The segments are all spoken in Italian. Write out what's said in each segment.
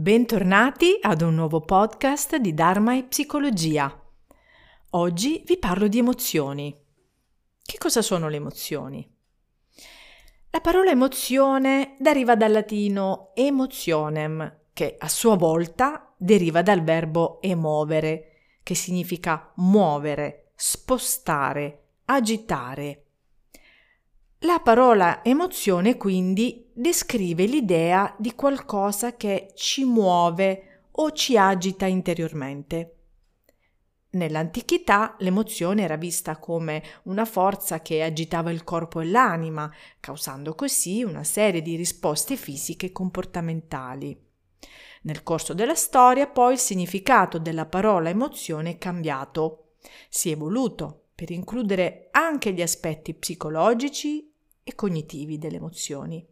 Bentornati ad un nuovo podcast di Dharma e Psicologia. Oggi vi parlo di emozioni. Che cosa sono le emozioni? La parola emozione deriva dal latino emotionem, che a sua volta deriva dal verbo emovere, che significa muovere, spostare, agitare. La parola emozione quindi descrive l'idea di qualcosa che ci muove o ci agita interiormente. Nell'antichità l'emozione era vista come una forza che agitava il corpo e l'anima, causando così una serie di risposte fisiche e comportamentali. Nel corso della storia poi il significato della parola emozione è cambiato, si è evoluto per includere anche gli aspetti psicologici e cognitivi delle emozioni.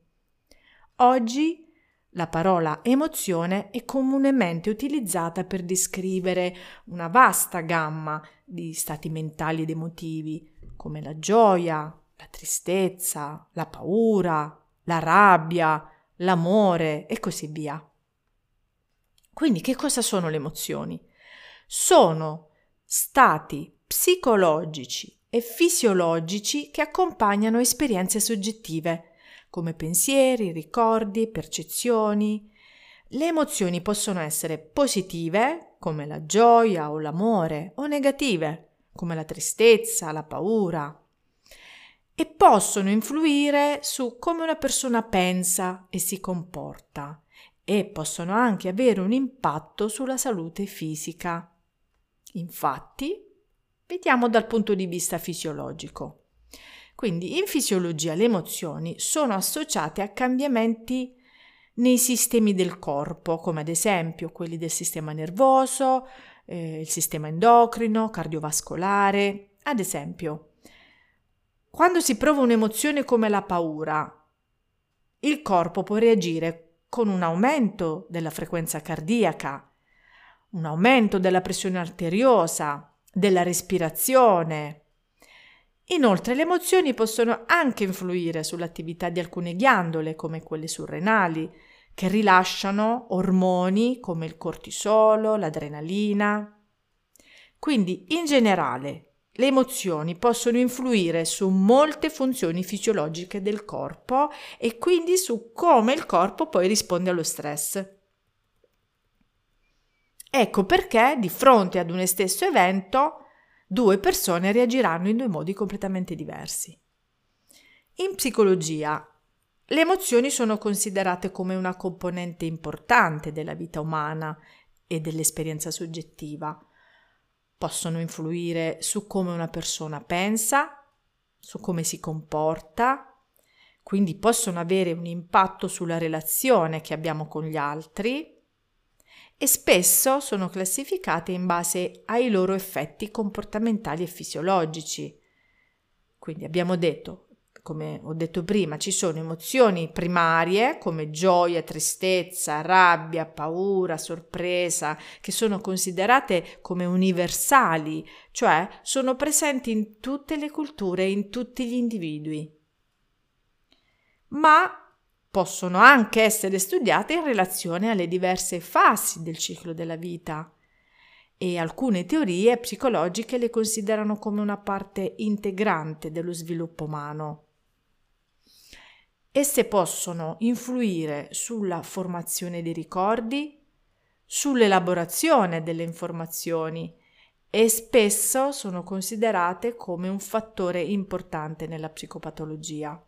Oggi la parola emozione è comunemente utilizzata per descrivere una vasta gamma di stati mentali ed emotivi, come la gioia, la tristezza, la paura, la rabbia, l'amore e così via. Quindi che cosa sono le emozioni? Sono stati psicologici e fisiologici che accompagnano esperienze soggettive, come pensieri, ricordi, percezioni. Le emozioni possono essere positive, come la gioia o l'amore, o negative, come la tristezza, la paura, e possono influire su come una persona pensa e si comporta e possono anche avere un impatto sulla salute fisica. Infatti, vediamo dal punto di vista fisiologico. Quindi in fisiologia le emozioni sono associate a cambiamenti nei sistemi del corpo, come ad esempio quelli del sistema nervoso, il sistema endocrino, cardiovascolare. Ad esempio, quando si prova un'emozione come la paura, il corpo può reagire con un aumento della frequenza cardiaca, un aumento della pressione arteriosa, della respirazione. Inoltre le emozioni possono anche influire sull'attività di alcune ghiandole, come quelle surrenali, che rilasciano ormoni come il cortisolo, l'adrenalina. Quindi, in generale, le emozioni possono influire su molte funzioni fisiologiche del corpo e quindi su come il corpo poi risponde allo stress. Ecco perché di fronte ad un stesso evento due persone reagiranno in due modi completamente diversi. In psicologia, le emozioni sono considerate come una componente importante della vita umana e dell'esperienza soggettiva. Possono influire su come una persona pensa, su come si comporta, quindi possono avere un impatto sulla relazione che abbiamo con gli altri e spesso sono classificate in base ai loro effetti comportamentali e fisiologici. Quindi abbiamo detto, come ho detto prima, ci sono emozioni primarie come gioia, tristezza, rabbia, paura, sorpresa, che sono considerate come universali, cioè sono presenti in tutte le culture e in tutti gli individui. Ma possono anche essere studiate in relazione alle diverse fasi del ciclo della vita e alcune teorie psicologiche le considerano come una parte integrante dello sviluppo umano. Esse possono influire sulla formazione dei ricordi, sull'elaborazione delle informazioni e spesso sono considerate come un fattore importante nella psicopatologia.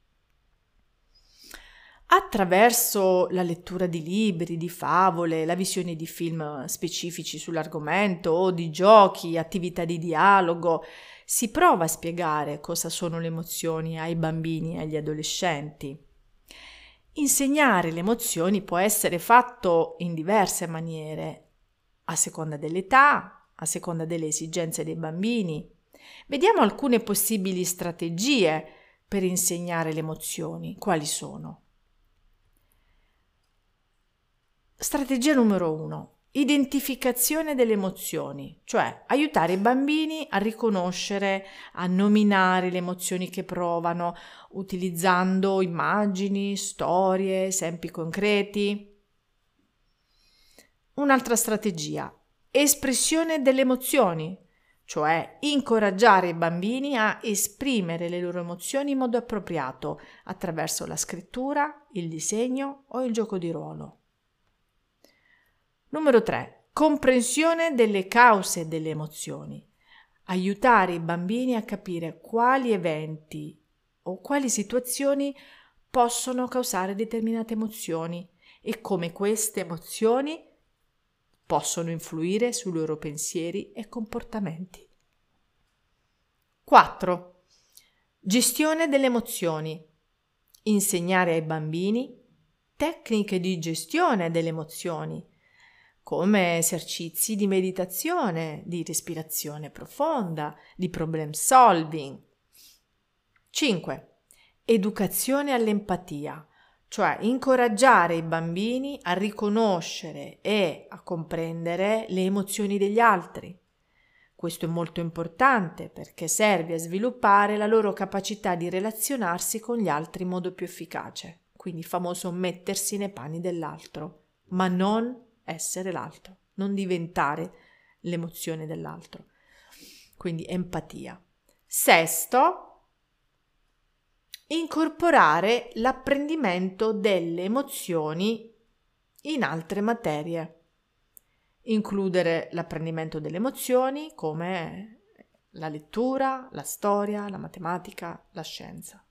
Attraverso la lettura di libri, di favole, la visione di film specifici sull'argomento o di giochi, attività di dialogo, si prova a spiegare cosa sono le emozioni ai bambini e agli adolescenti. Insegnare le emozioni può essere fatto in diverse maniere, a seconda dell'età, a seconda delle esigenze dei bambini. Vediamo alcune possibili strategie per insegnare le emozioni. Quali sono? Strategia numero 1. Identificazione delle emozioni, cioè aiutare i bambini a riconoscere, a nominare le emozioni che provano, utilizzando immagini, storie, esempi concreti. Un'altra strategia, espressione delle emozioni, cioè incoraggiare i bambini a esprimere le loro emozioni in modo appropriato attraverso la scrittura, il disegno o il gioco di ruolo. Numero 3. Comprensione delle cause delle emozioni. Aiutare i bambini a capire quali eventi o quali situazioni possono causare determinate emozioni e come queste emozioni possono influire sui loro pensieri e comportamenti. 4. Gestione delle emozioni. Insegnare ai bambini tecniche di gestione delle emozioni, come esercizi di meditazione, di respirazione profonda, di problem solving. 5. Educazione all'empatia, cioè incoraggiare i bambini a riconoscere e a comprendere le emozioni degli altri. Questo è molto importante perché serve a sviluppare la loro capacità di relazionarsi con gli altri in modo più efficace, quindi il famoso mettersi nei panni dell'altro, ma non essere l'altro, non diventare l'emozione dell'altro. Quindi empatia. 6. Incorporare l'apprendimento delle emozioni in altre materie. Includere l'apprendimento delle emozioni come la lettura, la storia, la matematica, la scienza.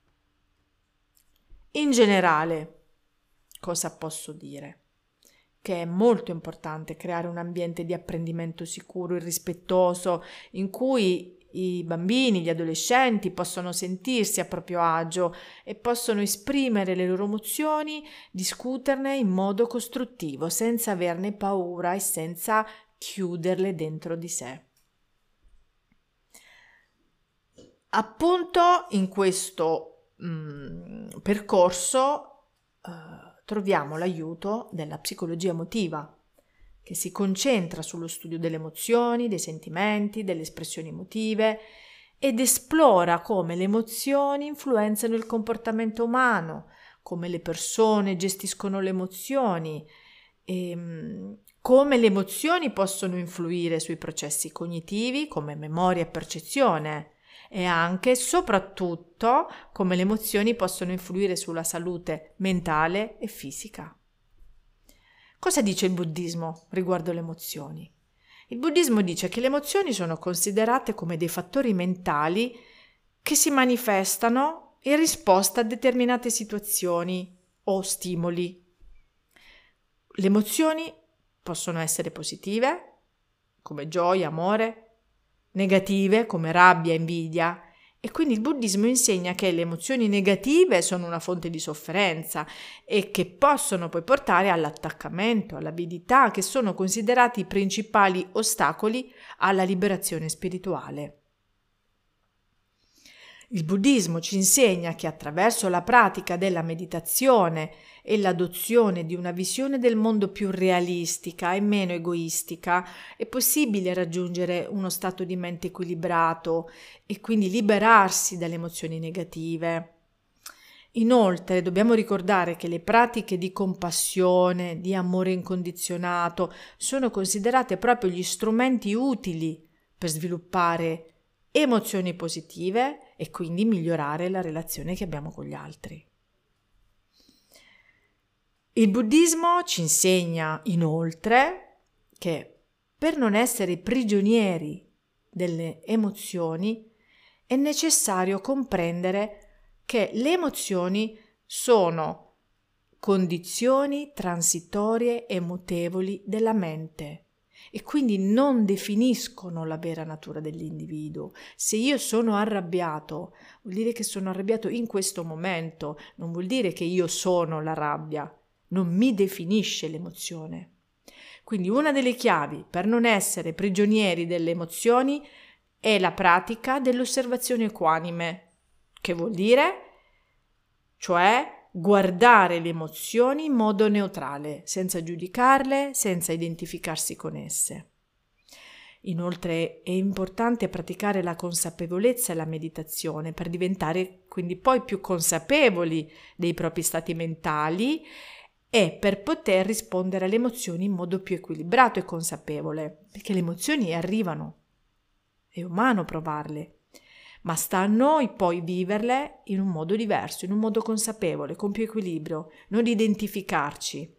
In generale, cosa posso dire? Che è molto importante creare un ambiente di apprendimento sicuro e rispettoso in cui i bambini, gli adolescenti possono sentirsi a proprio agio e possono esprimere le loro emozioni, discuterne in modo costruttivo, senza averne paura e senza chiuderle dentro di sé. Appunto in questo percorso troviamo l'aiuto della psicologia emotiva, che si concentra sullo studio delle emozioni, dei sentimenti, delle espressioni emotive ed esplora come le emozioni influenzano il comportamento umano, come le persone gestiscono le emozioni e come le emozioni possono influire sui processi cognitivi come memoria e percezione e anche e soprattutto come le emozioni possono influire sulla salute mentale e fisica. Cosa dice il buddismo riguardo le emozioni? Il buddismo dice che le emozioni sono considerate come dei fattori mentali che si manifestano in risposta a determinate situazioni o stimoli. Le emozioni possono essere positive, come gioia, amore, negative, come rabbia, invidia. E quindi il buddismo insegna che le emozioni negative sono una fonte di sofferenza e che possono poi portare all'attaccamento, all'avidità, che sono considerati i principali ostacoli alla liberazione spirituale. Il buddismo ci insegna che attraverso la pratica della meditazione e l'adozione di una visione del mondo più realistica e meno egoistica è possibile raggiungere uno stato di mente equilibrato e quindi liberarsi dalle emozioni negative. Inoltre dobbiamo ricordare che le pratiche di compassione, di amore incondizionato sono considerate proprio gli strumenti utili per sviluppare emozioni positive e quindi migliorare la relazione che abbiamo con gli altri. Il buddismo ci insegna inoltre che per non essere prigionieri delle emozioni è necessario comprendere che le emozioni sono condizioni transitorie e mutevoli della mente e quindi non definiscono la vera natura dell'individuo. Se io sono arrabbiato, vuol dire che sono arrabbiato in questo momento, non vuol dire che io sono la rabbia, non mi definisce l'emozione. Quindi una delle chiavi per non essere prigionieri delle emozioni è la pratica dell'osservazione equanime, che vuol dire, cioè, guardare le emozioni in modo neutrale, senza giudicarle, senza identificarsi con esse. Inoltre è importante praticare la consapevolezza e la meditazione per diventare quindi poi più consapevoli dei propri stati mentali è per poter rispondere alle emozioni in modo più equilibrato e consapevole, perché le emozioni arrivano, è umano provarle, ma sta a noi poi viverle in un modo diverso, in un modo consapevole, con più equilibrio, non identificarci.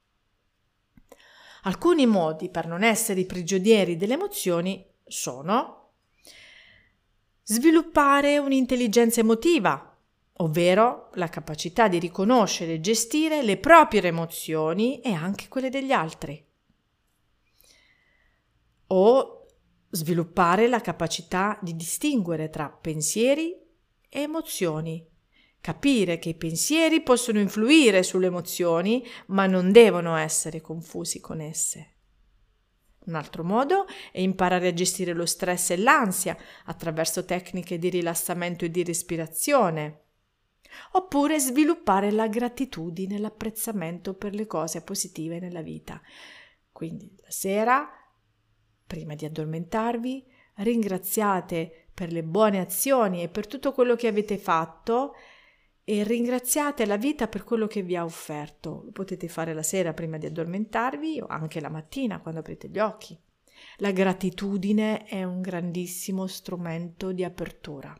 Alcuni modi per non essere i prigionieri delle emozioni sono sviluppare un'intelligenza emotiva, ovvero la capacità di riconoscere e gestire le proprie emozioni e anche quelle degli altri. O sviluppare la capacità di distinguere tra pensieri e emozioni. Capire che i pensieri possono influire sulle emozioni, ma non devono essere confusi con esse. Un altro modo è imparare a gestire lo stress e l'ansia attraverso tecniche di rilassamento e di respirazione. Oppure sviluppare la gratitudine e l'apprezzamento per le cose positive nella vita. Quindi la sera, prima di addormentarvi, ringraziate per le buone azioni e per tutto quello che avete fatto e ringraziate la vita per quello che vi ha offerto. Lo potete fare la sera prima di addormentarvi o anche la mattina quando aprite gli occhi. La gratitudine è un grandissimo strumento di apertura.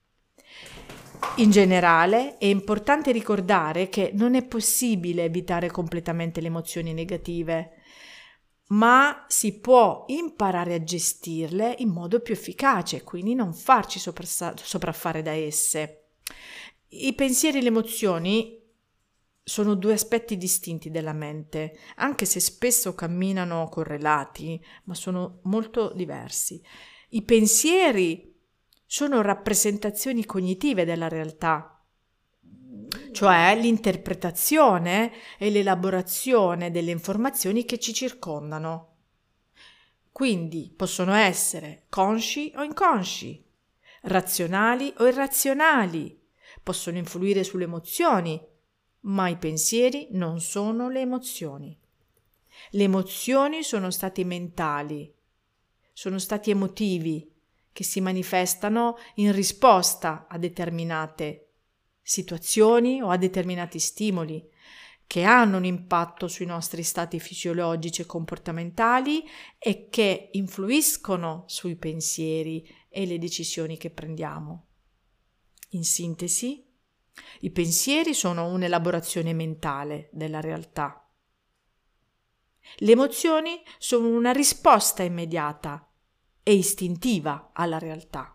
In generale è importante ricordare che non è possibile evitare completamente le emozioni negative, ma si può imparare a gestirle in modo più efficace, quindi non farci sopraffare da esse. I pensieri e le emozioni sono due aspetti distinti della mente, anche se spesso camminano correlati, ma sono molto diversi. I pensieri sono rappresentazioni cognitive della realtà, cioè l'interpretazione e l'elaborazione delle informazioni che ci circondano. Quindi possono essere consci o inconsci, razionali o irrazionali, possono influire sulle emozioni, ma i pensieri non sono le emozioni. Le emozioni sono stati mentali, sono stati emotivi, che si manifestano in risposta a determinate situazioni o a determinati stimoli, che hanno un impatto sui nostri stati fisiologici e comportamentali e che influiscono sui pensieri e le decisioni che prendiamo. In sintesi, i pensieri sono un'elaborazione mentale della realtà. Le emozioni sono una risposta immediata e istintiva alla realtà.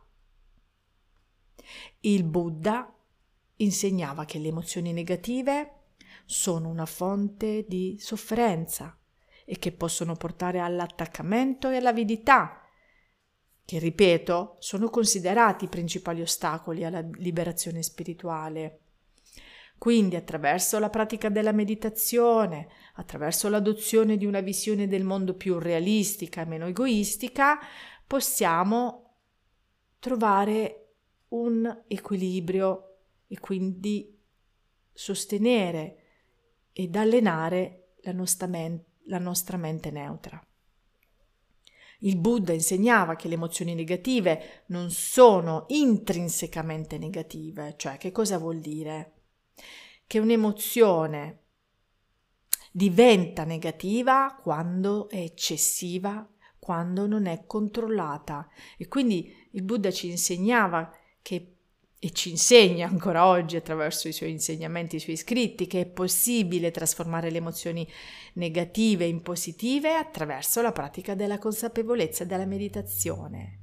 Il Buddha insegnava che le emozioni negative sono una fonte di sofferenza e che possono portare all'attaccamento e all'avidità, che, ripeto, sono considerati i principali ostacoli alla liberazione spirituale. Quindi, attraverso la pratica della meditazione, attraverso l'adozione di una visione del mondo più realistica e meno egoistica, possiamo trovare un equilibrio e quindi sostenere ed allenare la nostra mente neutra. Il Buddha insegnava che le emozioni negative non sono intrinsecamente negative, cioè che cosa vuol dire? Che un'emozione diventa negativa quando è eccessiva, quando non è controllata. E quindi il Buddha ci insegnava e ci insegna ancora oggi attraverso i suoi insegnamenti, i suoi scritti, che è possibile trasformare le emozioni negative in positive attraverso la pratica della consapevolezza e della meditazione.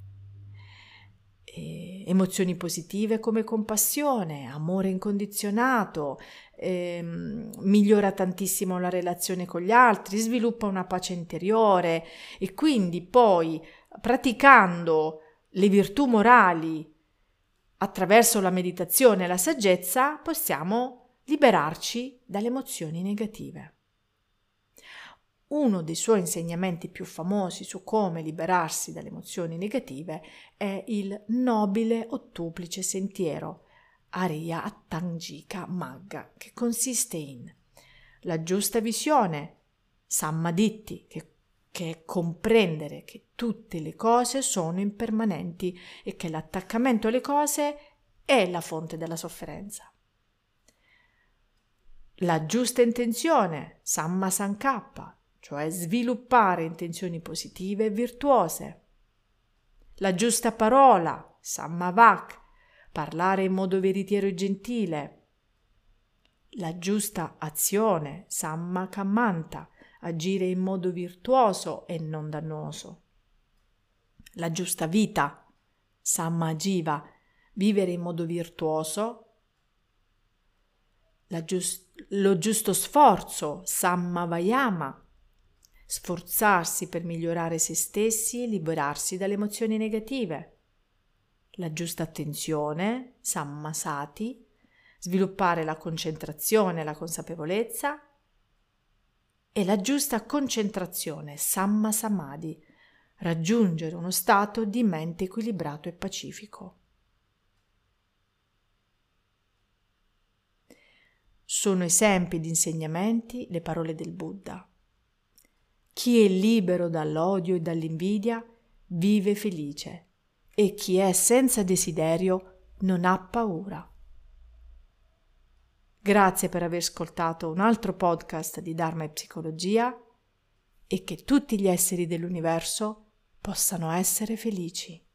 Emozioni positive come compassione, amore incondizionato, migliora tantissimo la relazione con gli altri, sviluppa una pace interiore e quindi poi praticando le virtù morali attraverso la meditazione e la saggezza possiamo liberarci dalle emozioni negative. Uno dei suoi insegnamenti più famosi su come liberarsi dalle emozioni negative è il nobile ottuplice sentiero, Ariya Attanjika Magga, che consiste in la giusta visione, Sammaditti, che è comprendere che tutte le cose sono impermanenti e che l'attaccamento alle cose è la fonte della sofferenza. La giusta intenzione, Samma Sankappa, cioè sviluppare intenzioni positive e virtuose. La giusta parola, Samma Vak, parlare in modo veritiero e gentile. La giusta azione, Samma Kammanta, agire in modo virtuoso e non dannoso. La giusta vita, Samma Jiva, vivere in modo virtuoso. Lo giusto sforzo, Samma Vayama, sforzarsi per migliorare se stessi e liberarsi dalle emozioni negative. La giusta attenzione, Samma Sati, sviluppare la concentrazione e la consapevolezza. E la giusta concentrazione, Samma Samadhi, raggiungere uno stato di mente equilibrato e pacifico. Sono esempi di insegnamenti le parole del Buddha. Chi è libero dall'odio e dall'invidia vive felice e chi è senza desiderio non ha paura. Grazie per aver ascoltato un altro podcast di Dharma e Psicologia e che tutti gli esseri dell'universo possano essere felici.